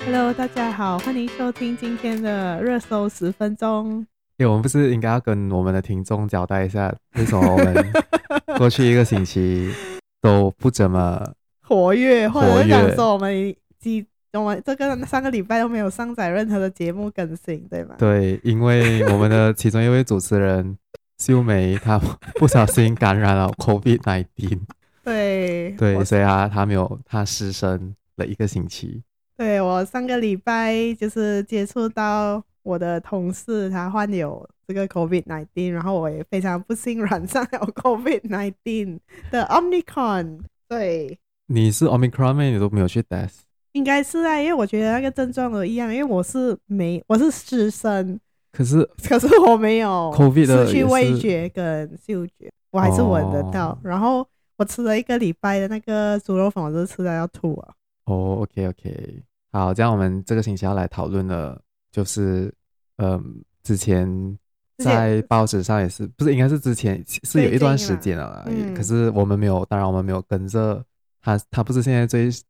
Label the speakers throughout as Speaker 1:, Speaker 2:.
Speaker 1: Hello，大家好，欢迎收听今天的热搜10分钟。
Speaker 2: 我们不是应该要跟我们的听众交代一下，为什么我们过去一个星期都不怎么
Speaker 1: 活跃，或者
Speaker 2: 活
Speaker 1: 是讲
Speaker 2: 跃？
Speaker 1: 说我们这个上个礼拜都没有上载任何的节目更新，对吗？
Speaker 2: 对，因为我们的其中一位主持人秀梅，她不小心感染了 COVID-19，
Speaker 1: 对，
Speaker 2: 对，所以她失声了一个星期。
Speaker 1: 我上个礼拜就是接触到我的同事，他患有这个 COVID-19，然后我也非常不幸染上了 COVID-19 的 Omicron。对，
Speaker 2: 你是 Omicron 吗？你都没有去 test？
Speaker 1: 应该是啊，因为我觉得那个症状都一样，因为我是失声，
Speaker 2: 可是
Speaker 1: 可是我没有
Speaker 2: COVID 的
Speaker 1: 失去
Speaker 2: 也是
Speaker 1: 味觉跟嗅觉，我还是闻得到。然后我吃了一个礼拜的那个猪肉粉，我就吃到要吐啊。
Speaker 2: OK，好，这样我们这个星期要来讨论的，就是之前在报纸上也是，不是应该是之前是有一段时间了啦，可是我们没有，当然我们没有跟着他不是现在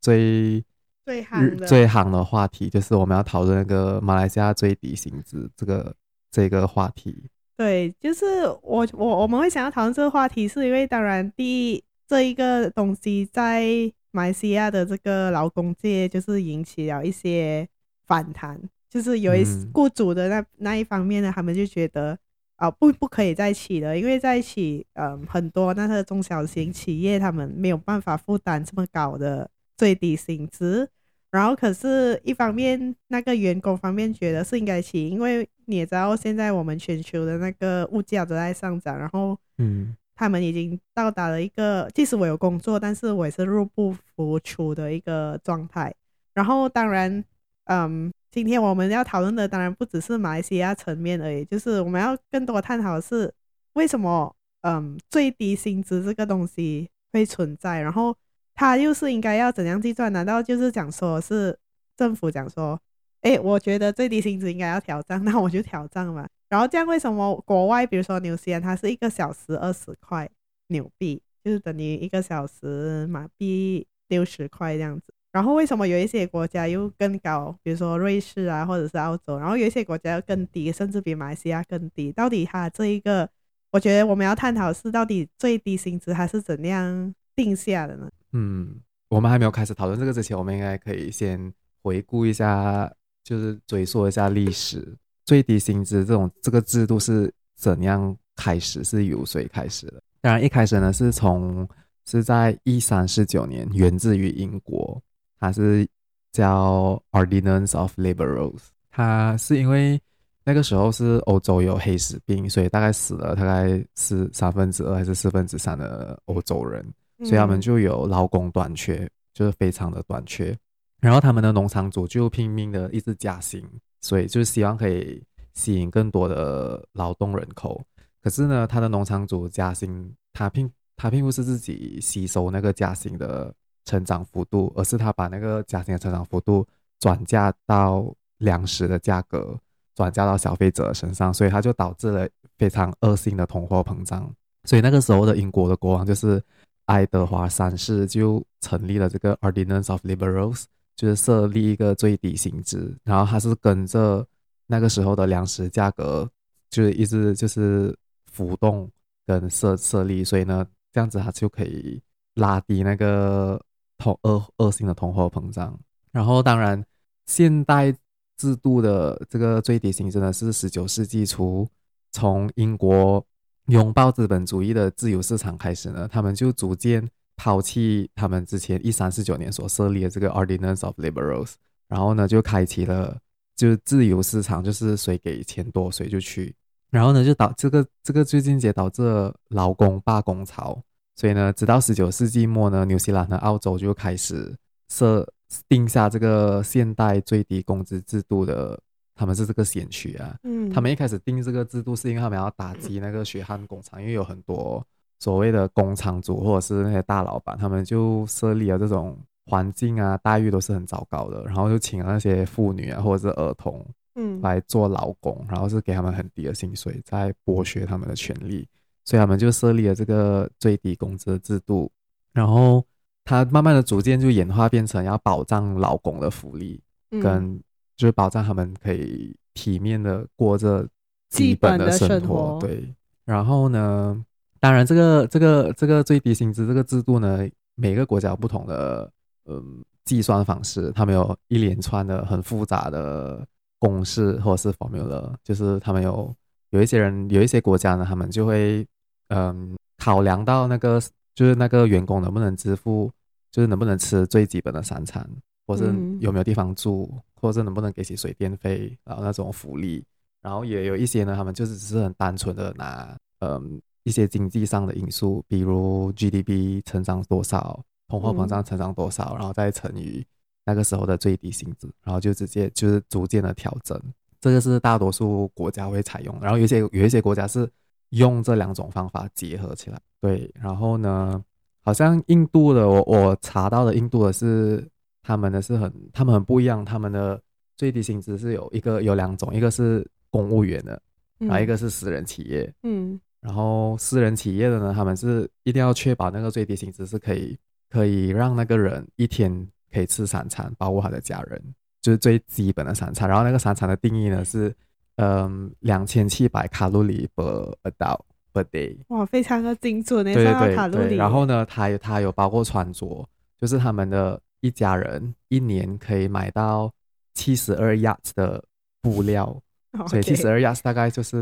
Speaker 2: 最行的话题，就是我们要讨论那个马来西亚最低薪资这个话题。
Speaker 1: 对，就是我们会想要讨论这个话题，是因为当然第一这一个东西在马来西亚的这个劳工界就是引起了一些反弹，就是有一雇主的那一方面呢，他们就觉得不可以再起了，因为在一起很多那个中小型企业他们没有办法负担这么高的最低薪资，然后可是一方面那个员工方面觉得是应该起，因为你也知道现在我们全球的那个物价都在上涨，然后他们已经到达了一个即使我有工作，但是我也是入不敷出的一个状态。然后当然今天我们要讨论的当然不只是马来西亚层面而已，就是我们要更多探讨的是为什么最低薪资这个东西会存在，然后它又是应该要怎样计算？难道就是讲说是政府讲说我觉得最低薪资应该要调涨，那我就调涨嘛。然后这样为什么国外比如说纽西兰它是1个小时20块纽币，就是等于1个小时马币60块这样子，然后为什么有一些国家又更高，比如说瑞士啊或者是澳洲，然后有一些国家又更低，甚至比马来西亚更低？到底它这一个我觉得我们要探讨的是到底最低薪资它是怎样定下的呢？
Speaker 2: 我们还没有开始讨论这个之前，我们应该可以先回顾一下，就是追溯一下历史。最低薪资这个制度是怎样开始，是由谁开始的？当然一开始呢是在1349年，源自于英国，它是叫 Ordinance of Liberals。它是因为那个时候是欧洲有黑死病，所以大概死了大概是2/3还是3/4的欧洲人，所以他们就有劳工短缺，就是非常的短缺。然后他们的农场主就拼命的一直加薪，所以就是希望可以吸引更多的劳动人口。可是呢，他的农场主加薪，他并不是自己吸收那个加薪的成长幅度，而是他把那个加薪的成长幅度转嫁到粮食的价格，转嫁到消费者身上，所以他就导致了非常恶性的通货膨胀。所以那个时候的英国的国王就是爱德华3世，就成立了这个 Ordinance of Liberals， 就是设立一个最低薪资，然后他是跟着那个时候的粮食价格就是一直就是浮动跟设立，所以呢这样子它就可以拉低那个恶性的通货膨胀。然后当然现代制度的这个最低薪资呢是19世纪初从英国拥抱资本主义的自由市场开始呢，他们就逐渐抛弃他们之前1349年所设立的这个 Ordinance of Liberals， 然后呢就开启了就是自由市场，就是谁给钱多谁就去。然后呢就这个最近也导致了劳工罢工潮，所以呢直到19世纪末呢，纽西兰和澳洲就开始定下这个现代最低工资制度的，他们是这个先驱啊。他们一开始定这个制度是因为他们要打击那个血汗工厂，因为有很多所谓的工厂主或者是那些大老板，他们就设立了这种环境啊待遇都是很糟糕的，然后就请了那些妇女啊或者是儿童来做劳工，然后是给他们很低的薪水，在剥削他们的权利，所以他们就设立了这个最低工资的制度。然后它慢慢的逐渐就演化变成要保障劳工的福利， 跟就是保障他们可以体面的过着基本的生活。对，然后呢，当然这个最低薪资这个制度呢，每个国家有不同的计算方式，他们有一连串的很复杂的公式或者是 formula， 就是他们有一些国家呢，他们就会考量到就是那个员工能不能支付，就是能不能吃最基本的三餐，或是有没有地方住，或者能不能给起水电费，然后那种福利。然后也有一些呢，他们就是只是很单纯的拿一些经济上的因素，比如 GDP 成长多少，通货膨胀成长多少，然后再乘以那个时候的最低薪资，然后就直接就是逐渐的调整。这个是大多数国家会采用，然后有一些国家是用这两种方法结合起来。对，然后呢，好像印度的我查到的印度的是他们很不一样，他们的最低薪资是有两种，一个是公务员的，然后一个是私人企业。然后私人企业的呢，他们是一定要确保那个最低薪资是可以让那个人一天可以吃3餐，包括他的家人，就是最基本的3餐。然后那个3餐的定义呢是2700卡路里 per adult per day。
Speaker 1: 哇，非常的精准耶，
Speaker 2: 对对
Speaker 1: 算到卡路里。
Speaker 2: 对，然后呢它有包括穿着，就是他们的一家人一年可以买到72 yards 的布料。所以72 yards 大概是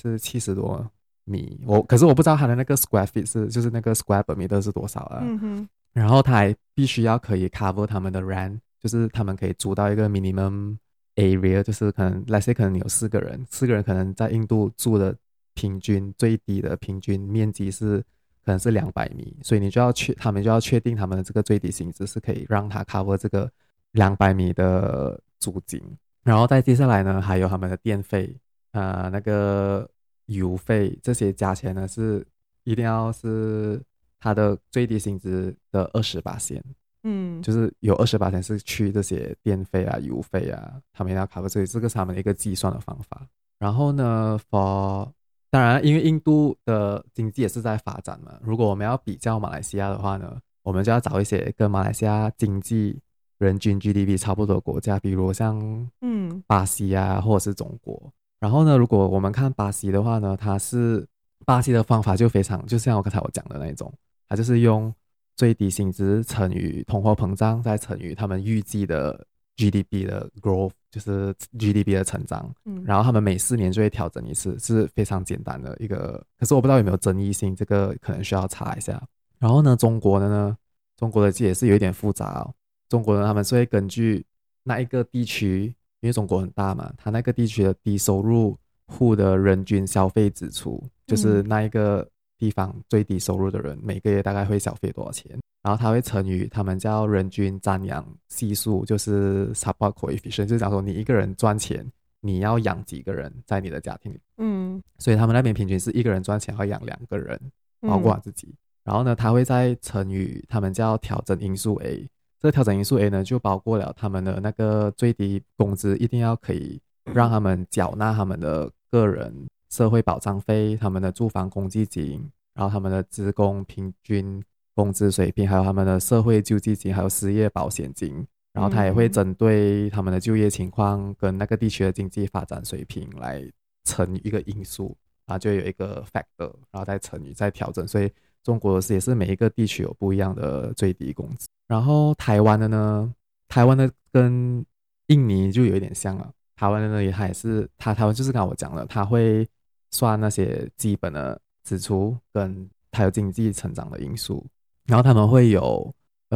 Speaker 2: 70多米，可是我不知道它的那个 square feet 就是那个 square per meter 是多少啊。然后它还必须要可以 cover 他们的 rent， 就是他们可以租到一个 minimum area， 就是可能 let's say 可能有4个人可能在印度住的最低的平均面积可能是200米，所以他们就要确定他们的这个最低薪资是可以让他 cover 这个200米的租金。然后再接下来呢，还有他们的电费那个油费，这些加起来呢是一定要是他的最低薪资的28%。就是有28%是去这些电费啊油费啊，他们要 cover， 所以这个是他们的一个计算的方法。然后呢当然因为印度的经济也是在发展嘛，如果我们要比较马来西亚的话呢，我们就要找一些跟马来西亚经济人均 GDP 差不多的国家，比如像巴西啊或者是中国。然后呢，如果我们看巴西的话呢，巴西的方法就像我刚才讲的那一种，它就是用最低薪资乘以通货膨胀，再乘以他们预计的 GDP 的 growth， 就是 GDP 的成长。然后他们每4年就会调整一次，是非常简单的一个，可是我不知道有没有争议性，这个可能需要查一下。然后呢，中国的也是有一点复杂哦。中国人他们是会根据那一个地区，因为中国很大嘛，他那个地区的低收入户的人均消费支出，就是那一个地方最低收入的人每个月大概会消费多少钱，然后他会乘以他们叫人均瞻仰系数，就是 support coefficient， 就是讲说你一个人赚钱，你要养几个人在你的家庭里。所以他们那边平均是一个人赚钱要养2个人，包括他自己。然后呢，他会再乘以他们叫调整因素 A。这个调整因素 A 呢，就包括了他们的那个最低工资一定要可以让他们缴纳他们的个人社会保障费，他们的住房公积金，然后他们的职工平均工资水平，还有他们的社会救济金，还有失业保险金。然后他也会针对他们的就业情况跟那个地区的经济发展水平来乘一个因素，然后就有一个 factor， 然后再乘以再调整。所以中国也是每一个地区有不一样的最低工资。然后台湾的跟印尼就有一点像了。台湾的呢，台湾就是刚才我讲了，他会算那些基本的支出跟还有经济成长的因素。然后他们会有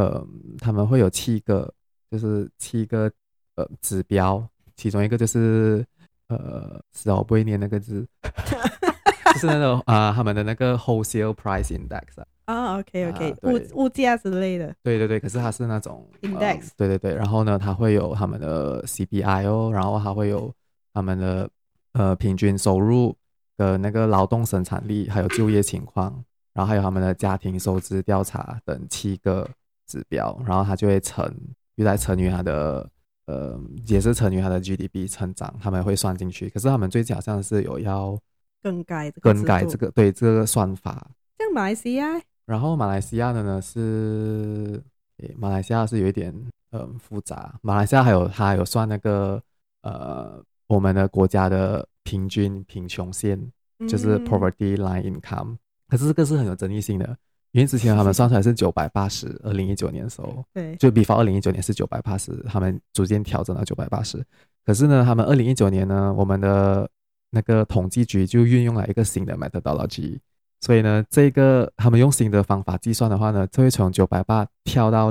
Speaker 2: 7个，就是7个指标，其中一个就是我不会念那个字就是那种他们的那个 wholesale price index
Speaker 1: OK， 物价之类的。
Speaker 2: 对，可是它是那种
Speaker 1: index。
Speaker 2: 对，然后呢，它会有他们的 CPI 然后它会有他们的平均收入的那个劳动生产力，还有就业情况，然后还有他们的家庭收支调查等7个指标，然后它就会再乘以它的也是乘以它的 GDP 成长，他们会算进去。可是他们最近好像是有要
Speaker 1: 更改
Speaker 2: 这个算法。
Speaker 1: 像马来西亚，
Speaker 2: 然后马来西亚的呢马来西亚是有一点复杂。马来西亚它还有算那个我们的国家的平均贫穷线，就是 poverty line income，可是这个是很有争议性的，因为之前他们算出来是980，2019年的时候，
Speaker 1: 对，
Speaker 2: 就比方2019年是980，他们逐渐调整到980。可是呢，他们2019年呢，我们的那个统计局就运用了一个新的 methodology， 所以呢，这个他们用新的方法计算的话呢，就会从980跳到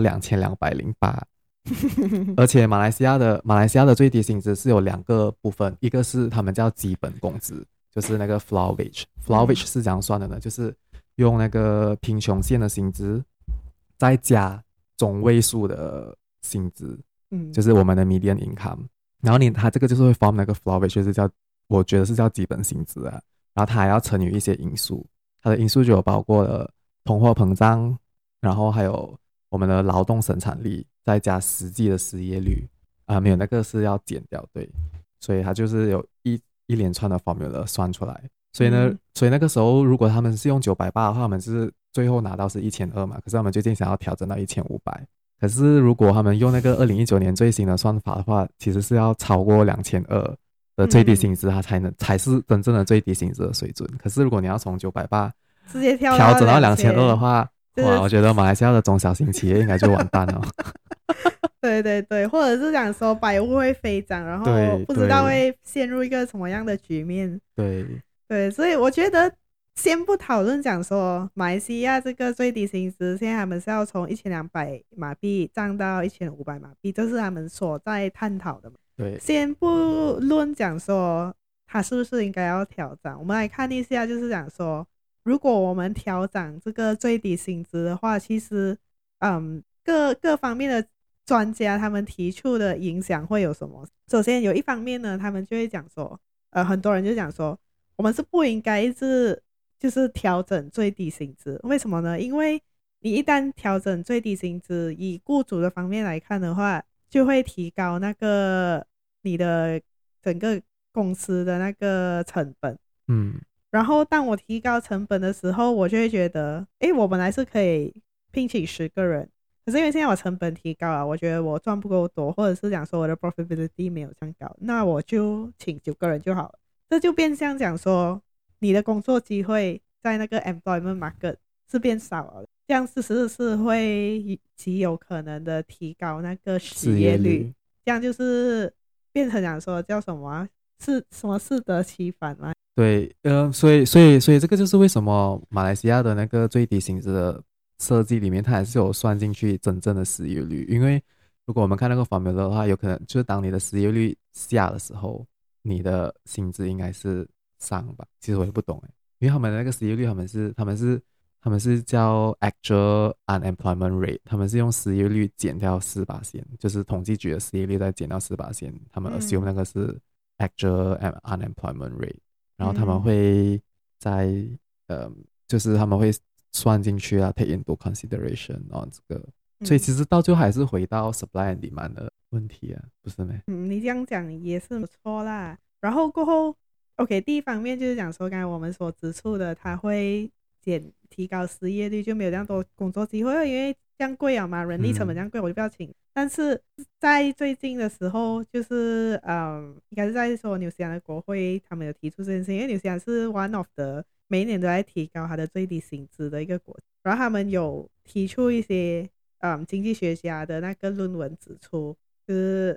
Speaker 2: 2208。而且马来西亚的最低薪资是有2个部分，一个是他们叫基本工资，就是那个 floor wage。floor wage 是怎样算的呢？就是用那个贫穷线的薪资再加中位数的薪资，就是我们的 median income。然后它这个就是会 form 那个 floor wage， 就是我觉得是叫基本薪资啊。然后它还要乘以一些因素，它的因素就有包括了通货膨胀，然后还有我们的劳动生产力，再加实际的失业率没有那个是要减掉，对，所以它就是有一连串的 formula 算出来。所以呢，所以那个时候如果他们是用980的话，他们是最后拿到是1200嘛，可是他们最近想要调整到1500。可是如果他们用那个2019年最新的算法的话，其实是要超过2200的最低薪资，它才是真正的最低薪资的水准。可是如果你要从980
Speaker 1: 直接调
Speaker 2: 整到2200的话，哇，我觉得马来西亚的中小型企业应该就完蛋了。
Speaker 1: 对对对，或者是讲说百物会飞涨，然后不知道会陷入一个什么样的局面。
Speaker 2: 对
Speaker 1: 对，所以我觉得先不讨论讲说马来西亚这个最低薪资现在他们是要从1200马币涨到1500马币，这是他们所在探讨的嘛。
Speaker 2: 对，
Speaker 1: 先不论讲说它是不是应该要调整，我们来看一下，就是讲说如果我们调整这个最低薪资的话，其实各方面的专家他们提出的影响会有什么。首先有一方面呢，他们就会讲说很多人就讲说我们是不应该一直就是调整最低薪资。为什么呢？因为你一旦调整最低薪资，以雇主的方面来看的话，就会提高那个你的整个公司的那个成本。然后当我提高成本的时候，我就会觉得我本来是可以聘请10个人，可是因为现在我成本提高了，我觉得我赚不够多，或者是讲说我的 profitability 没有这样高，那我就请9个人就好了。这就变相讲说你的工作机会在那个 employment market 是变少了，这样是会极有可能的提高那个失业率，这样就是变成讲说叫什么是什么适得其反吗？
Speaker 2: 对，所以这个就是为什么马来西亚的那个最低薪资的设计里面，它还是有算进去真正的失业率。因为如果我们看那个 formula 的话，有可能就是当你的失业率下的时候，你的薪资应该是上吧？其实我也不懂因为他们的那个失业率，他们是叫 actual unemployment rate， 他们是用失业率减掉4%，就是统计局的失业率再减掉4%，他们 assume 那个是 actual unemployment rate， 然后他们会在就是他们会算进去啊 ，take into consideration 这个。所以其实到最后还是回到 supply and demand 的问题啊，不是吗？
Speaker 1: 你这样讲也是不错啦。然后过后 OK， 第一方面就是讲说刚才我们所指出的，它会提高失业率，就没有这样多工作机会，因为这样贵啊嘛，人力成本这样贵，我就不要请。但是在最近的时候，就是应该是在说纽西兰的国会他们有提出这件事情，因为纽西兰是 one of the 每一年都在提高它的最低薪资的一个国家，然后他们有提出一些经济学家的那个论文指出，就是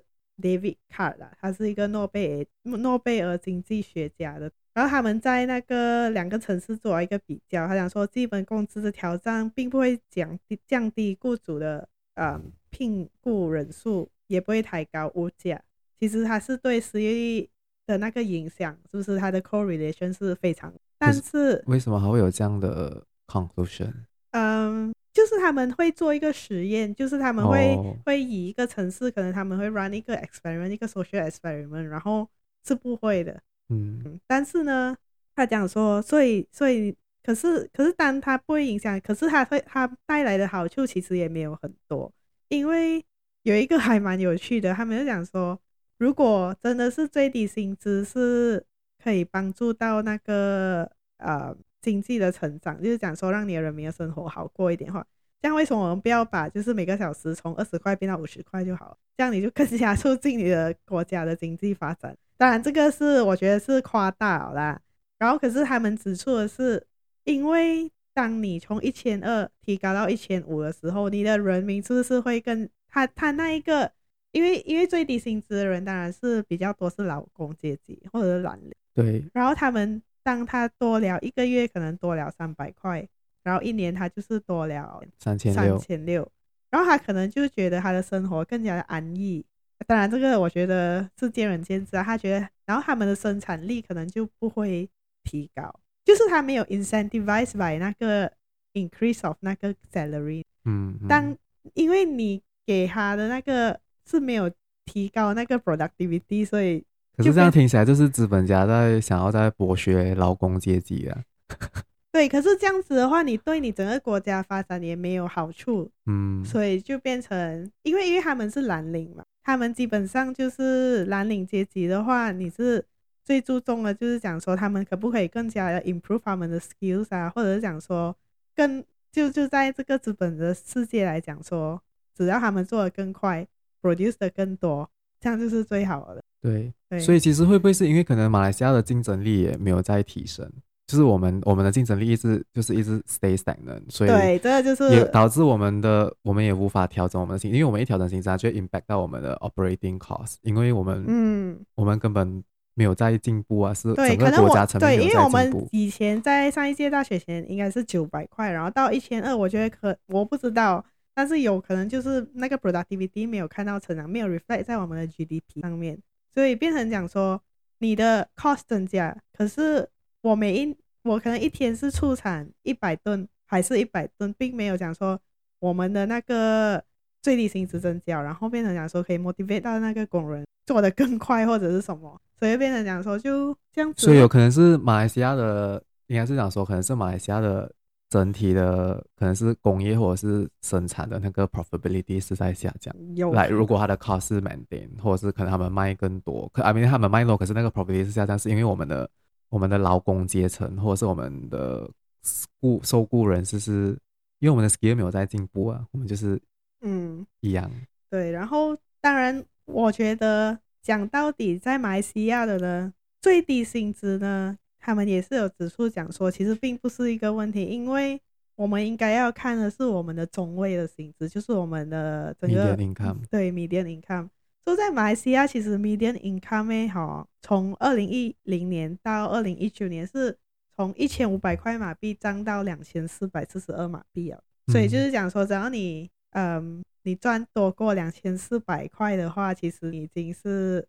Speaker 1: David Card 啦，他是一个诺贝尔经济学家的，然后他们在那个2个城市做了一个比较，他讲说基本工资的调整并不会降低雇主的聘雇人数，也不会抬高物价，其实它是对失业率的那个影响，是不是它的 correlation 是非常，但是
Speaker 2: 为什么还会有这样的 conclusion？
Speaker 1: 就是他们会做一个实验，就是他们会以一个城市，可能他们会 run 一个 experiment， 一个 social experiment， 然后是不会的。但是呢，他讲说，所以可是当他不会影响，可是他带来的好处其实也没有很多，因为有一个还蛮有趣的，他们就讲说，如果真的是最低薪资是可以帮助到那个经济的成长，就是讲说让你的人民的生活好过一点的话， 这样为什么我们不要把就是每个小时从20块变到50块就好了，这样你就更加促进你的国家的经济发展。当然这个是我觉得是夸大了啦，然后可是他们指出的是，因为当你从1200提高到1500的时候，你的人民是不是会跟他那一个，因为最低薪资的人当然是比较多是劳工阶级或者是蓝领，
Speaker 2: 对，
Speaker 1: 然后他们当他多了一个月可能多了300块，然后一年他就是多了3600，然后他可能就觉得他的生活更加的安逸。当然这个我觉得是见仁见智啊，他觉得然后他们的生产力可能就不会提高，就是他没有 incentivize by 那个 increase of 那个 salary。 因为你给他的那个是没有提高那个 productivity， 所以
Speaker 2: 可是这样听起来就是资本家想要在剥削劳工阶级啊。
Speaker 1: 对，可是这样子的话，你对你整个国家发展也没有好处。所以就变成因为他们是蓝领嘛，他们基本上就是蓝领阶级的话，你是最注重的就是讲说他们可不可以更加的 improve 他们的 skills 啊，或者是讲说就在这个资本的世界来讲说，只要他们做得更快 produce 的更多，这样就是最好的。
Speaker 2: 对，所以其实会不会是因为可能马来西亚的竞争力也没有在提升，就是我们的竞争力一直 stay stagnant， 所以
Speaker 1: 对，这个就是
Speaker 2: 也导致我们也无法调整我们的薪资，因为我们一调整薪资，它就会 impact 到我们的 operating cost， 因为我们根本没有在进步啊，是整个国家层面没有在进步。对，
Speaker 1: 因为我们以前在上一届大学前应该是900块，然后到1200，我觉得我不知道，但是有可能就是那个 productivity 没有看到成长，没有 reflect 在我们的 GDP 上面，所以变成讲说你的 cost 增加，可是我可能一天是出产100吨还是100吨，并没有讲说我们的那个最低薪资增加，然后变成讲说可以 motivate 到那个工人做得更快或者是什么，所以变成讲说就这样子。
Speaker 2: 所以有可能是马来西亚的，应该是讲说可能是马来西亚的整体的可能是工业或者是生产的那个 profitability 是在下降。如果它的 cost 是 maintain， 或者是可能他们卖更多，他们卖多，可是那个 profitability 是下降，是因为我们的劳工阶层或者是我们的受雇人士是因为我们的 skill 没有在进步啊，我们就是一样。
Speaker 1: 对，然后当然我觉得讲到底在马来西亚的呢，最低薪资呢，他们也是有指出讲说其实并不是一个问题，因为我们应该要看的是我们的中位的薪资，就是我们的整个
Speaker 2: median income。
Speaker 1: 对 median income。就在马来西亚其实 median income 从2010年到2019年是从1500块马币涨到2442马币啊，所以就是讲说只要你赚多过2400块的话，其实已经是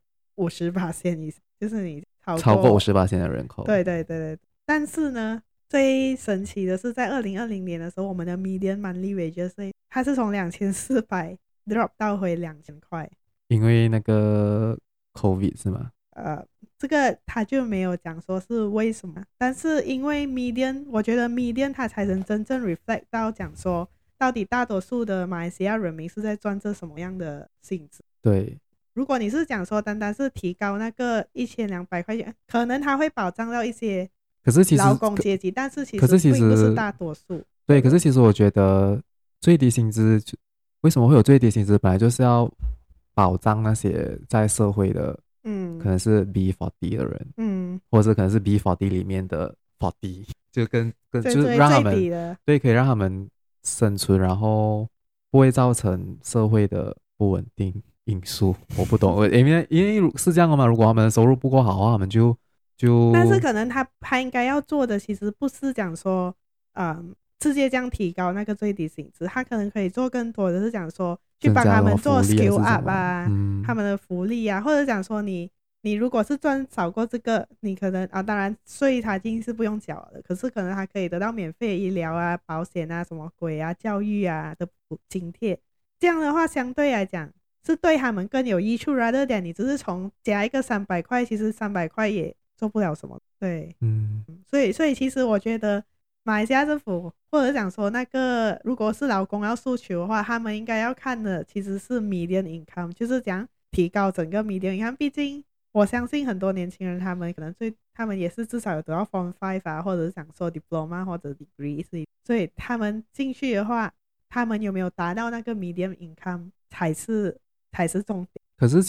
Speaker 1: 50%以上，就是你超过
Speaker 2: 50%的人口。
Speaker 1: 对对对对。但是呢，最神奇的是在2020年的时候，我们的 median monthly wage 它是从2400 drop 到回2000块。
Speaker 2: 因为那个 COVID 是吗？
Speaker 1: 这个他就没有讲说是为什么，但是因为 median， 我觉得 median 它才能真正 reflect 到讲说到底大多数的马来西亚人民是在赚这什么样的薪资。
Speaker 2: 对，
Speaker 1: 如果你是讲说单单是提高那个1200块钱，可能他会保障到一些劳工阶级，但是其实并不是大多数。
Speaker 2: 对，可是其实我觉得最低薪资为什么会有最低薪资，本来就是要保障那些在社会的可能是 B40 的人，或者是可能是 B40 里面的40，就就是让他们对，可以让他们生存，然后不会造成社会的不稳定因素。我不懂，因为是这样的嘛，如果他们的收入不够好的话，他们就
Speaker 1: 但是可能他应该要做的其实不是讲说直接这样提高那个最低薪资，他可能可以做更多的是讲说去帮他们做 skill up 啊，他们的福利啊，或者讲说你如果是赚少过这个，你可能当然税他已经是不用缴的，可是可能他可以得到免费医疗啊、保险啊、什么鬼啊、教育啊的津贴，这样的话相对来讲是对他们更有益处。rather than你只是从加一个300块，其实300块也做不了什么。对，所以其实我觉得马来西亚政府或者讲说那个如果是劳工要诉求的话，他们应该要看的其实是 median income， 就是讲提高整个 median income。毕竟我相信很多年轻人他们可能他们也是至少有得到 Form 5啊，或者是讲说 diploma 或者 degree， 所以他们进去的话他们有没有达到那个 medium income 才是重点。
Speaker 2: 可是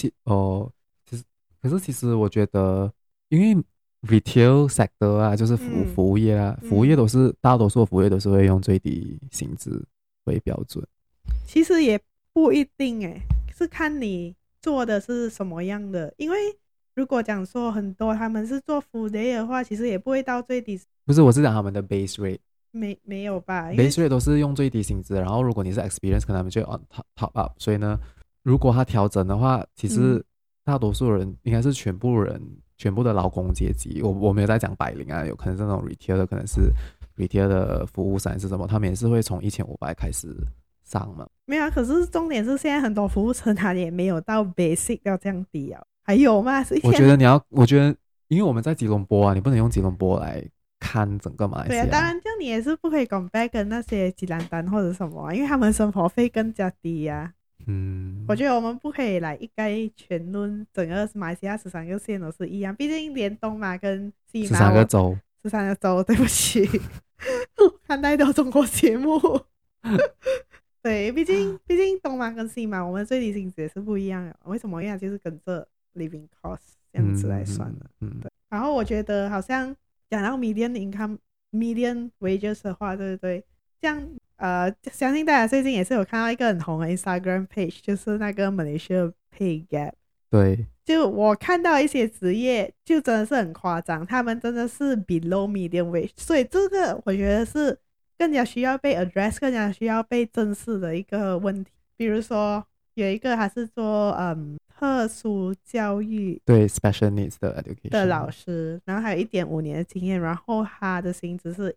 Speaker 2: 其实我觉得，因为 retail sector 啊，就是服务业啊，服务业大多数的服务业都是会用最低薪资为标准。
Speaker 1: 其实也不一定是看你做的是什么样的。因为如果讲说很多他们是做 food day 的话，其实也不会到最低。
Speaker 2: 不是，我是讲他们的 base rate。
Speaker 1: 没有吧
Speaker 2: base rate 都是用最低薪资，然后如果你是 experience 可能他们就 on top up。 所以呢，如果他调整的话，其实大多数人应该是全部的劳工阶级，我没有在讲白领啊，有可能是那种 retail 的，可能是 retail 的服务生是什么，他们也是会从1500开始上嘛。
Speaker 1: 没有啊，可是重点是现在很多服务生他也没有到 basic 要这样低啊。还有吗？我觉
Speaker 2: 得因为我们在吉隆坡啊，你不能用吉隆坡来看整个马来西亚。
Speaker 1: 对啊，当然这样你也是不可以 compare 跟那些吉兰丹或者什么因为他们生活费更加低啊。我觉得我们不可以来一概全论整个马来西亚13个县都是一样，毕竟连东马跟西马
Speaker 2: 13个州
Speaker 1: 13个州，对不起看太多中国节目对，毕竟东马跟西马我们最低薪资也是不一样的。为什么？因为它就是跟着 living cost 这样子来算的。对。然后我觉得好像讲到 median income median wages 的话，对不对？这样相信大家最近也是有看到一个很红的 Instagram page， 就是那个 Malaysia Pay Gap。
Speaker 2: 对，
Speaker 1: 就我看到一些职业就真的是很夸张，他们真的是 below median wage， 所以这个我觉得是更加需要被 address， 更加需要被正视的一个问题。比如说有一个他是做特殊教育，
Speaker 2: 对 special needs 的 education
Speaker 1: 的老师，然后还有1.5年的经验，然后他的薪资是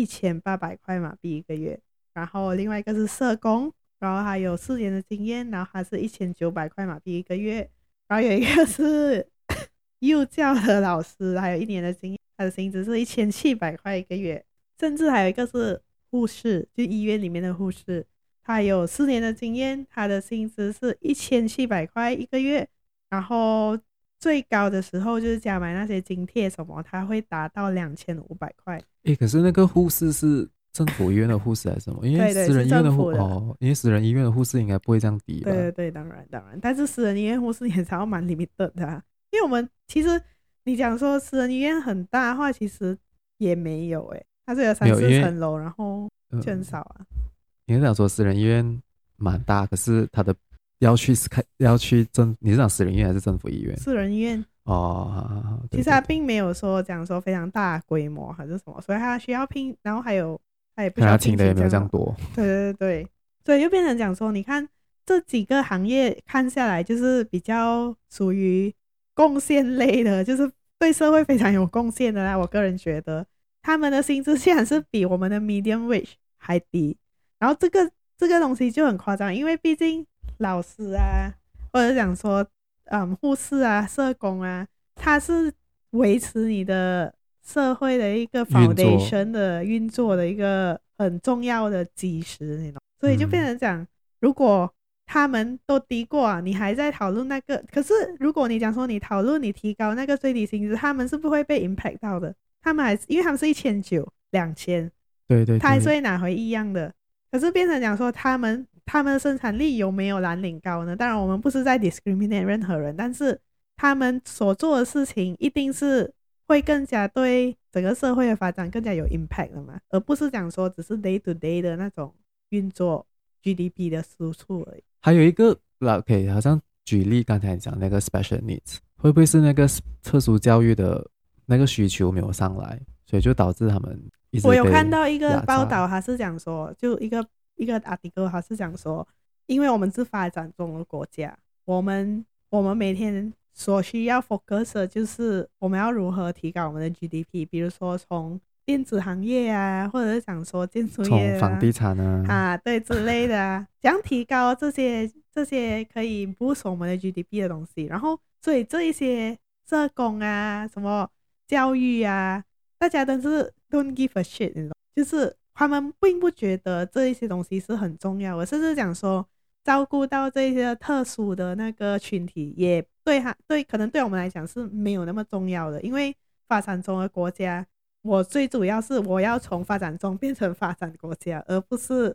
Speaker 1: 1800块马币一个月。然后另外一个是社工，然后还有4年的经验，然后他是1900块马币一个月。然后有一个是幼教的老师，还有1年的经验，他的薪资是1700块一个月。甚至还有一个是护士，就医院里面的护士，他有4年的经验，他的薪资是1700块一个月。然后最高的时候就是加买那些津贴什么，他会达到2500块。
Speaker 2: 可是那个护士是政府医院的护士还是什么？因为私人医院的因为私人医院的护士应该不会这样低吧？
Speaker 1: 对，当然，但是私人医院护士也是要蛮 limited 的啊。因为我们其实你讲说私人医院很大的话，其实也没有它是有3-4层楼，然后就很少啊。
Speaker 2: 你是讲说私人医院蛮大，可是它的你是讲私人医院还是政府医院？
Speaker 1: 私人医院其实它并没有说讲说非常大规模还是什么，所以它需要聘，然后还也不需要聘
Speaker 2: 的也没有这样多。
Speaker 1: 对，所以就变成讲说，你看这几个行业看下来，就是比较属于贡献类的，就是对社会非常有贡献的啦。我个人觉得他们的薪资竟然是比我们的 medium wage 还低，然后这个东西就很夸张，因为毕竟老师啊，或者讲说护士啊、社工啊，他是维持你的社会的一个 foundation 的运作的一个很重要的基石那种。所以就变成讲，如果他们都低过你还在讨论那个，可是如果你讲说你讨论你提高那个最低薪资，他们是不会被 impact 到的，他们因为他们是1900、2000，
Speaker 2: 对，
Speaker 1: 他还是会拿回一样的。可是变成讲说他们的生产力有没有蓝领高呢？当然我们不是在 discriminate 任何人，但是他们所做的事情一定是会更加对整个社会的发展更加有 impact 的嘛，而不是讲说只是 day to day 的那种运作 GDP 的输出而已。
Speaker 2: 还有一个 OK， 好像举例刚才讲那个 special needs， 会不会是那个特殊教育的那个需求没有上来，所以就导致他们一直被
Speaker 1: 我有看到一个报道，他是讲说，就一个 article， 他是讲说，因为我们是发展中的国家，我们每天所需要 focus 的就是我们要如何提高我们的 GDP， 比如说从电子行业啊，或者是讲说建筑业
Speaker 2: 从房地产
Speaker 1: 对之类的怎样提高这些可以 boost 我们的 GDP 的东西。然后所以这一些社工啊，什么教育啊，大家都是 don't give a shit， 就是他们并不觉得这一些东西是很重要的，甚至讲说照顾到这些特殊的那个群体，也可能对我们来讲是没有那么重要的。因为发展中的国家，我最主要是我要从发展中变成发展国家，而不是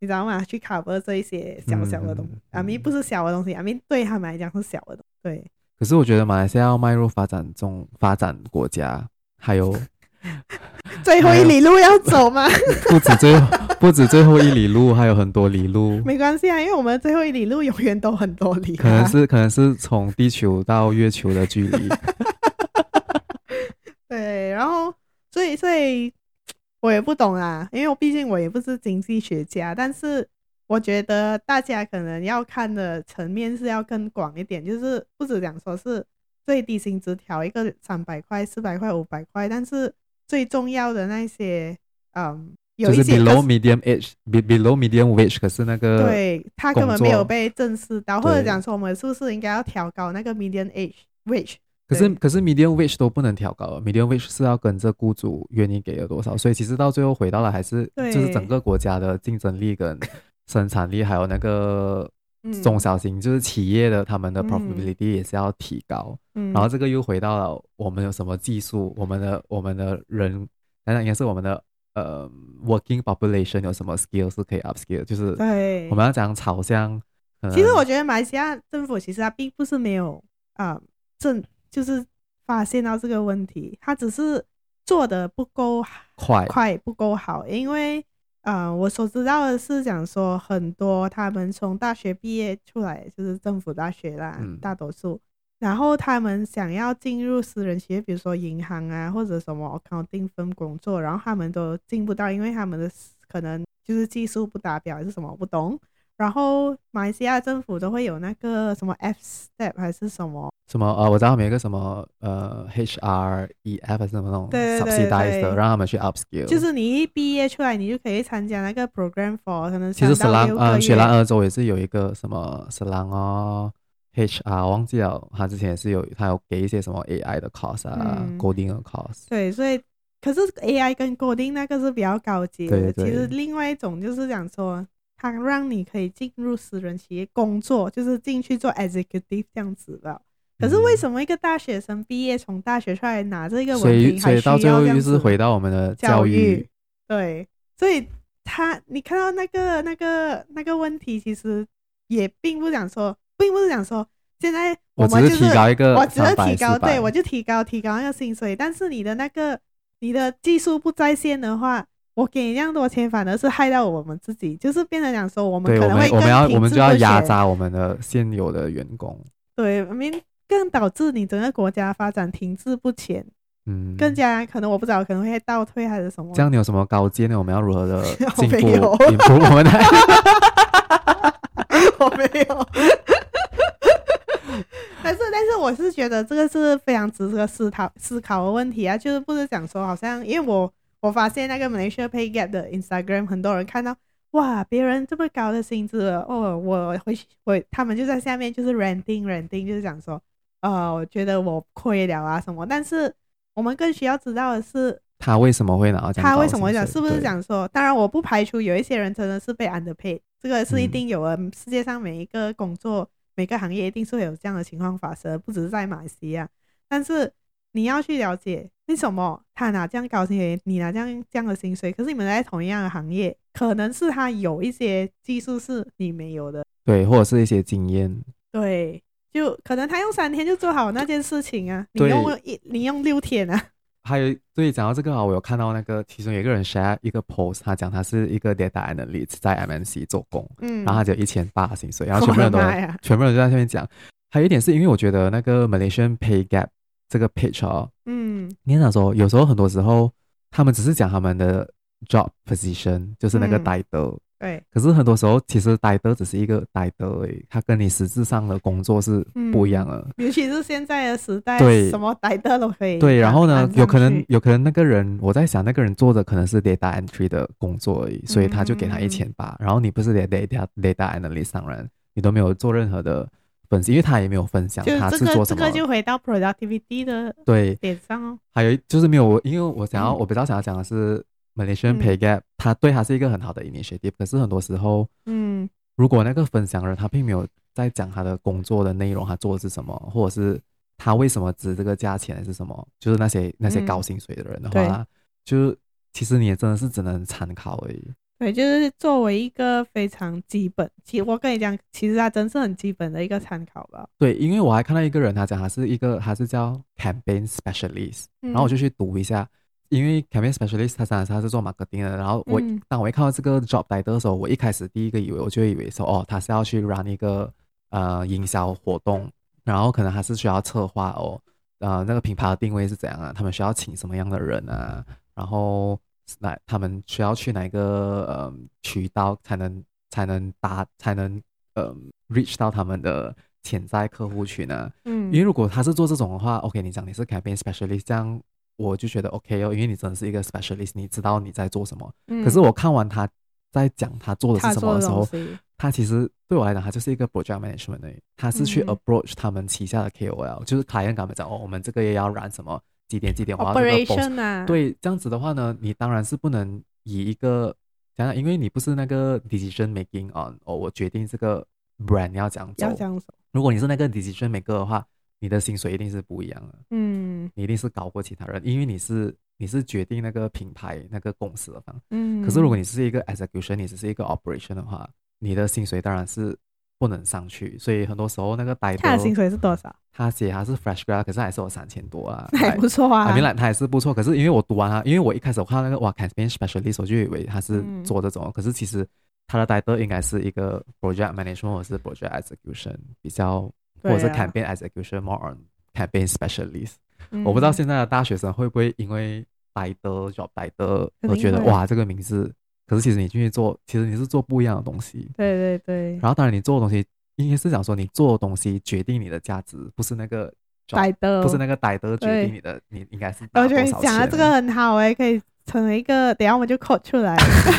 Speaker 1: 你知道吗？去 cover 这一些小小的东西，I mean 不是小的东西，I mean 对他们来讲是小的东西。对，
Speaker 2: 可是我觉得马来西亚要迈入发展国家，还有
Speaker 1: 最后一里路要走吗？
Speaker 2: 不止最后一里路，还有很多里路。
Speaker 1: 没关系啊，因为我们最后一里路永远都很多里、啊。
Speaker 2: 可能是从地球到月球的距离。
Speaker 1: 对，然后所以我也不懂啦，因为毕竟我也不是经济学家，但是我觉得大家可能要看的层面是要更广一点，就是不止讲说是最低薪资调一个300块、400块、500块，但是最重要的那些，有一些
Speaker 2: 就是 below medium wage， 可是那个
Speaker 1: 对他根本没有被正视到，或者讲说我们是不是应该要调高那个 medium wage？ 可
Speaker 2: 是 medium wage 都不能调高了 ，medium wage 是要跟着雇主愿意给了多少，所以其实到最后回到了还是就是整个国家的竞争力跟生产力，还有那个中小型就是企业的他们的 profitability 也是要提高。然后这个又回到了我们有什么技术，我们的人，当然应该是我们的working population 有什么 skill 是可以 upskill， 就是我们要讲朝向。
Speaker 1: 其实我觉得马来西亚政府其实它并不是没有就是发现到这个问题，他只是做的不够快不够好，因为我所知道的是讲说很多他们从大学毕业出来就是政府大学啦，大多数，然后他们想要进入私人企业，比如说银行啊或者什么 accounting firm 工作，然后他们都进不到，因为他们的可能就是技术不达标还是什么我不懂。然后马来西亚政府都会有那个什么 F-step 还是什么
Speaker 2: 我知道他们有一个什么HREF 还是什么那种 subsidize 的，让他们去 upskill。
Speaker 1: 就是你一毕业出来，你就可以参加那个 program for 可能
Speaker 2: 其实雪兰莪州也是有一个什么HR 忘记了，他之前也是他有给一些什么 AI 的 course 啊，coding 的 course。
Speaker 1: 对，所以可是 AI 跟 coding 那个是比较高级的。
Speaker 2: 对，
Speaker 1: 其实另外一种就是讲说它让你可以进入私人企业工作，就是进去做 executive 这样子的。可是为什么一个大学生毕业从大学出来拿这个文凭，
Speaker 2: 所以到最后又是回到我们的教育。
Speaker 1: 对，所以你看到那个问题，其实也并不是讲说现在我们就是
Speaker 2: 我只是提高一个，
Speaker 1: 我只是提高，对，我就提高那个薪水，但是你的技术不在线的话，我给你这样多钱，反而是害到我们自己，就是变成讲说我们可能会
Speaker 2: 我们就要压榨我们的现有的员工。
Speaker 1: 对，更导致你整个国家发展停滞不前。更加可能我不知道可能会倒退还是什么。
Speaker 2: 这样你有什么高见呢？我们要如何的进步
Speaker 1: 我
Speaker 2: 们的
Speaker 1: 我没有但是我是觉得这个是非常值得思考的问题啊，就是不是讲说好像因为我发现那个 Malaysia Pay Gap 的 Instagram 很多人看到哇别人这么高的薪资了他们就在下面就是 ranting 就是讲说我觉得我亏了啊什么，但是我们更需要知道的是
Speaker 2: 他为什么会拿到这样高的薪水，
Speaker 1: 他为什么会讲，是不是讲说，当然我不排除有一些人真的是被 underpaid， 这个是一定有的，世界上每一个工作每个行业一定是会有这样的情况发生，不只是在马来西亚，但是你要去了解为什么他拿这样高薪水，你拿这样的薪水，可是你们在同样的行业，可能是他有一些技术是你没有的，对，
Speaker 2: 或者是一些经验，
Speaker 1: 对，就可能他用3天就做好那件事情啊，你用6天啊。
Speaker 2: 还有对，讲到这个我有看到那个其中有一个人 share 一个 post， 他讲他是一个 data analyst 在 MNC 做工，然后他只有1800薪水，然后全部人都在下面讲。还有一点是因为我觉得那个 Malaysian Pay Gap 这个 page 你想说有时候很多时候他们只是讲他们的 job position， 就是那个 title，
Speaker 1: 对，
Speaker 2: 可是很多时候其实 title 只是一个 title 而已，它跟你实质上的工作是不一样的，
Speaker 1: 尤其是现在的时代，
Speaker 2: 对，
Speaker 1: 什么 title 都可以。
Speaker 2: 对，然后呢，有可能那个人，我在想那个人做的可能是 data entry 的工作而已，所以他就给他1800，然后你不是 data analyst， 当然你都没有做任何的分析，因为他也没有分享他是做什么。
Speaker 1: 这个就回到 productivity 的点上哦。
Speaker 2: 还有就是没有因为我比较想要讲的是Malaysian Pay Gap，它是一个很好的 initiative， 可是很多时候，如果那个分享人他并没有在讲他的工作的内容，他做的是什么，或者是他为什么值这个价钱还是什么，就是那些高薪水的人的话，就其实你也真的是只能参考而已。
Speaker 1: 对，就是作为一个非常基本，我跟你讲，其实它真是很基本的一个参考吧。
Speaker 2: 对，因为我还看到一个人，他讲他是叫 campaign specialist，然后我就去读一下，因为 campaign specialist 他是做 marketing 的，然后当我一看到这个 job title 的时候，我一开始第一个我就以为说他是要去 run 一个营销活动，然后可能他是需要策划那个品牌的定位是怎样啊，他们需要请什么样的人啊，然后他们需要去哪个渠道才能reach 到他们的潜在客户群呢？因为如果他是做这种的话 ，OK， 你讲你是 campaign specialist， 这样我就觉得 OK 因为你真的是一个 specialist， 你知道你在做什么。可是我看完他在讲他做的是什么的时候，他其实对我来讲，他就是一个 project management 而已，他是去 approach 他们旗下的 KOL，就是client 跟他们讲我们这个也要燃什么几点我要这个
Speaker 1: operation 啊，
Speaker 2: 对，这样子的话呢，你当然是不能以一个讲，因为你不是那个 decision making on 我决定这个 brand 要这样走。如果你是那个 decision maker 的话，你的薪水一定是不一样的。你一定是高过其他人，因为你是决定那个品牌那个公司的方。可是如果你是一个 execution， 你只是一个 operation 的话，你的薪水当然是不能上去。所以很多时候那个title，
Speaker 1: 他的薪水是多少？
Speaker 2: 他写他是 fresh grad， 可是还是有3000多啊，
Speaker 1: 还不错啊。
Speaker 2: 他还是不错。可是因为我读完因为我一开始我看到那个campaign specialist， 我就以为他是做这种，可是其实他的 title 应该是一个 project management 或者是 project execution 比较，或者是 campaign execution more on campaign specialist。我不知道现在的大学生会不会因为job title 我觉得哇这个名字，可是其实你进去做，其实你是做不一样的东西。
Speaker 1: 对对对。
Speaker 2: 然后当然你做的东西应该是讲说你做的东西决定你的价值，不是那个不是那个title决定你的，你应该是拿多少钱。
Speaker 1: 我觉得你讲的这个很好可以成为一个，等一下我们就 quote 出来。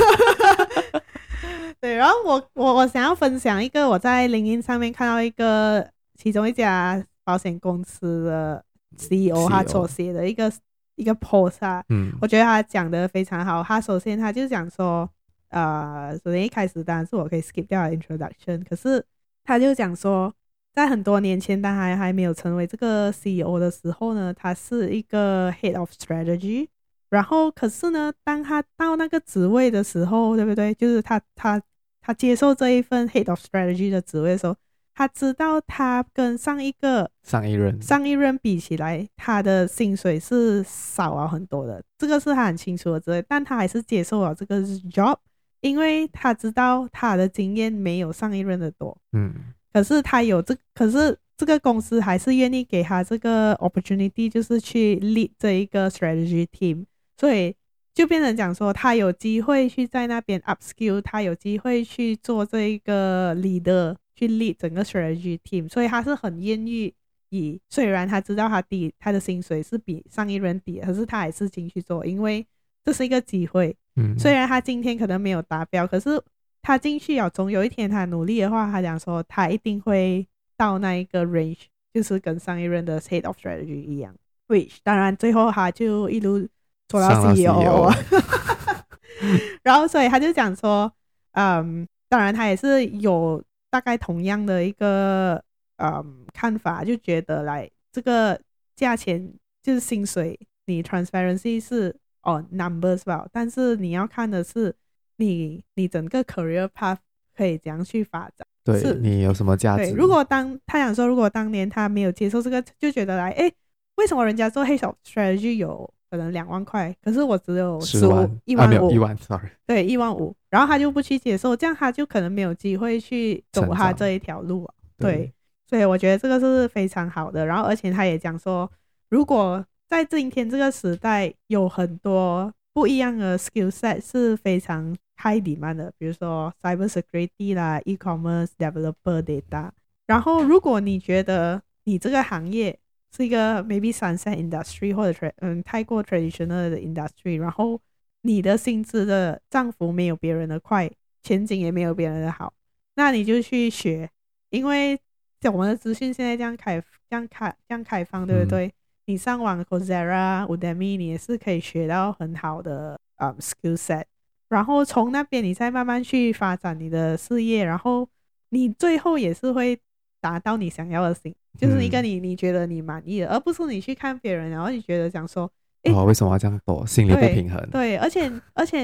Speaker 1: 对，然后我想要分享一个我在LinkedIn上面看到其中一家保险公司的 CEO 他所写的一个 post 啊，我觉得他讲的非常好。他首先他就讲说首先一开始当然是我可以 skip 掉 introduction， 可是他就讲说在很多年前当他还没有成为这个 CEO 的时候呢，他是一个 head of strategy， 然后可是呢当他到那个职位的时候，对不对，就是他接受这一份 head of strategy 的职位的时候，他知道他跟上一任比起来，他的薪水是少了很多的，这个是他很清楚的职位，但他还是接受了这个 job， 因为他知道他的经验没有上一任的多。可是可是这个公司还是愿意给他这个 opportunity， 就是去 lead 这一个 strategy team， 所以就变成讲说他有机会去在那边 upskill， 他有机会去做这一个 leader， 去 lead 整个 strategy team， 所以他是很愿意虽然他知道他的薪水是比上一任低，可是他还是进去做，因为这是一个机会。虽然他今天可能没有达标，可是他进去总有一天他努力的话，他讲说他一定会到那一个 range， 就是跟上一任的 head of strategy 一样。which 当然最后他就一路做到 CEO。然后所以他就讲说当然他也是有大概同样的一个看法，就觉得这个价钱就是薪水，你 transparency 是numbers 吧，但是你要看的是你整个 career path 可以怎样去发展，
Speaker 2: 对，你有什么价值。
Speaker 1: 对，他想说如果当年他没有接受这个，就觉得为什么人家做 head of strategy 有可能2万块，可是我只有1万5，1
Speaker 2: 万 sorry，
Speaker 1: 对，1万5，然后他就不去接受，这样他就可能没有机会去走他这一条路。对，所以我觉得这个是非常好的。然后而且他也讲说，如果在今天这个时代有很多不一样的 skill set 是非常 high demand 的，比如说 cyber security 啦， e-commerce developer data， 然后如果你觉得你这个行业是一个 maybe sunset industry 或者太过 traditional 的 industry， 然后你的薪资的涨幅没有别人的快，前景也没有别人的好，那你就去学，因为我们的资讯现在这样开放，对不对？你上网 Coursera、Udemy 你也是可以学到很好的skill set， 然后从那边你再慢慢去发展你的事业，然后你最后也是会达到你想要的就是一个你觉得你满意的，而不是你去看别人然后你觉得讲说为
Speaker 2: 什么要这样多，心里不平衡。
Speaker 1: 对，而且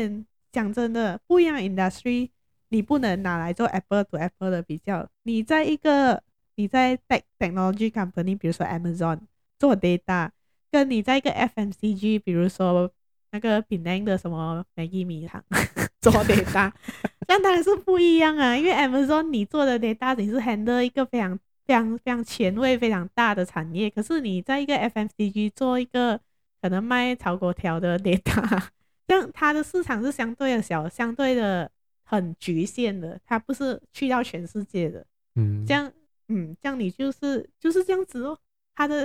Speaker 1: 讲真的，不一样的 industry 你不能拿来做 Apple to Apple 的比较。你在technology company， 比如说 Amazon 做 data， 跟你在一个 FMCG， 比如说那个Penang的什么 Maggi 米汤做 data， 这样当然是不一样啊。因为 Amazon 你做的 data 你是 handle 一个非常非常非常前卫、非常大的产业，可是你在一个 FMCG 做一个可能卖炒粿条的 data， 这样它的市场是相对的小，相对的很局限的，它不是去到全世界的。这样你就是这样子哦。它的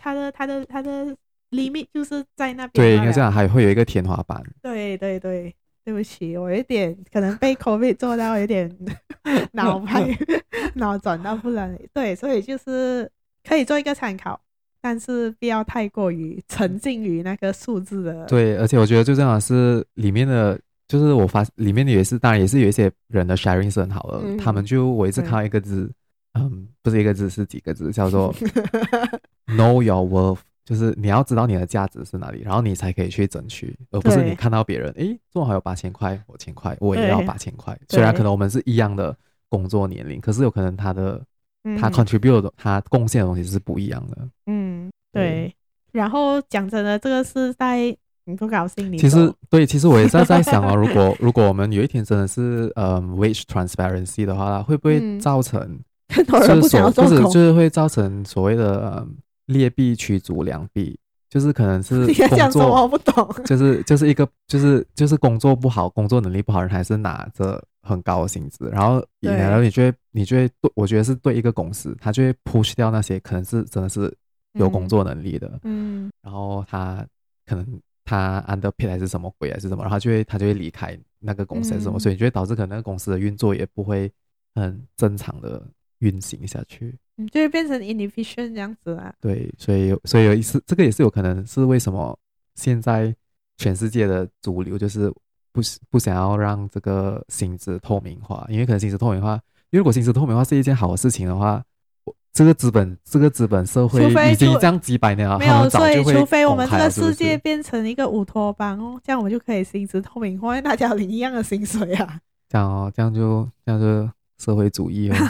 Speaker 1: limit 就是在那边。
Speaker 2: 对，应该这样，还会有一个天花板。
Speaker 1: 对对对，对不起，我有点可能被 COVID 做到有点脑转到不然。对，所以就是可以做一个参考，但是不要太过于沉浸于那个数字的。
Speaker 2: 对，而且我觉得最重要的是里面的，就是我发里面的也是，当然也是有一些人的 sharing 是很好的，他们就我一直看到一个字，不是一个字，是几个字，叫做know your worth， 就是你要知道你的价值是哪里，然后你才可以去争取，而不是你看到别人做好有8000块，我1000块，我也要8000块。虽然可能我们是一样的工作年龄，可是有可能他 contribute 的他贡献的东西是不一样的。
Speaker 1: 对。然后讲真的，这个是在你不高兴，
Speaker 2: 其实我也在想哦，如果我们有一天真的是wage transparency 的话，会不会造成
Speaker 1: 很多人不想要做工，
Speaker 2: 就是会造成所谓的劣币驱逐良币，就是可能是工作
Speaker 1: 我不懂，
Speaker 2: 就是一个就是工作不好，工作能力不好人还是拿着很高的薪资，然后你就会我觉得是对一个公司，他就会 push 掉那些可能是真的是有工作能力的，然后他可能他 underpaid 还是什么鬼还是什么，然后他就会离开那个公司还是什么，所以就会导致可能那个公司的运作也不会很正常的运行下去，
Speaker 1: 就会变成 inefficient 这样子啊。
Speaker 2: 对，所以有一次，这个也是有可能是为什么现在全世界的主流就是不想要让这个薪资透明化，因为可能薪资透明化，因为如果薪资透明化是一件好的事情的话，这个资本社会已经这样几百年了，
Speaker 1: 没有，
Speaker 2: 所以
Speaker 1: 除非我们这个世界变成一个乌托邦哦，这样我们就可以薪资透明化，因为大家领一样的薪水啊。
Speaker 2: 这样就社会主义哦。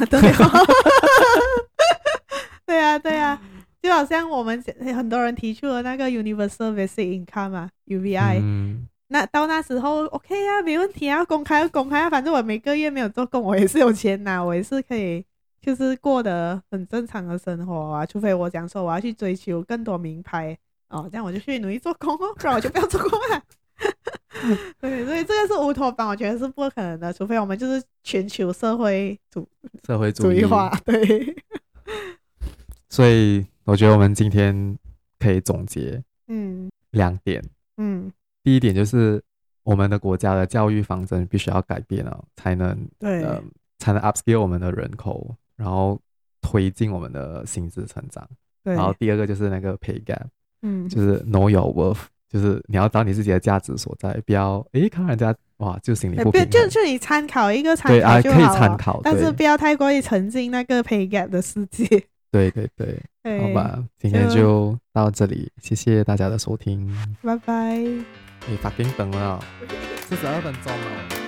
Speaker 1: 对啊，就好像我们很多人提出了那个 Universal Basic Income 啊 UBI，那到那时候 OK 啊，没问题啊，公开啊，反正我每个月没有做工，我也是有钱拿，我也是可以就是过得很正常的生活啊，除非我讲说我要去追求更多名牌哦，这样我就去努力做工哦，不然我就不要做工了。对，所以这个是乌托邦，我觉得是不可能的，除非我们就是全球社会主义化。对，
Speaker 2: 所以我觉得我们今天可以总结2点。第一点就是我们的国家的教育方针必须要改变了，才能 upskill 我们的人口，然后推进我们的薪资成长。然后第二个就是那个 pay gap，就是 know your worth， 就是你要找你自己的价值所在，不要看人家哇就心里不平衡，
Speaker 1: 就你参考一个参考就好了，
Speaker 2: 对可以参考，
Speaker 1: 但是不要太过于沉浸那个 pay gap 的世界。
Speaker 2: 对，好吧，今天就到这里，谢谢大家的收听，
Speaker 1: 拜拜。
Speaker 2: 你发给等了42分钟了。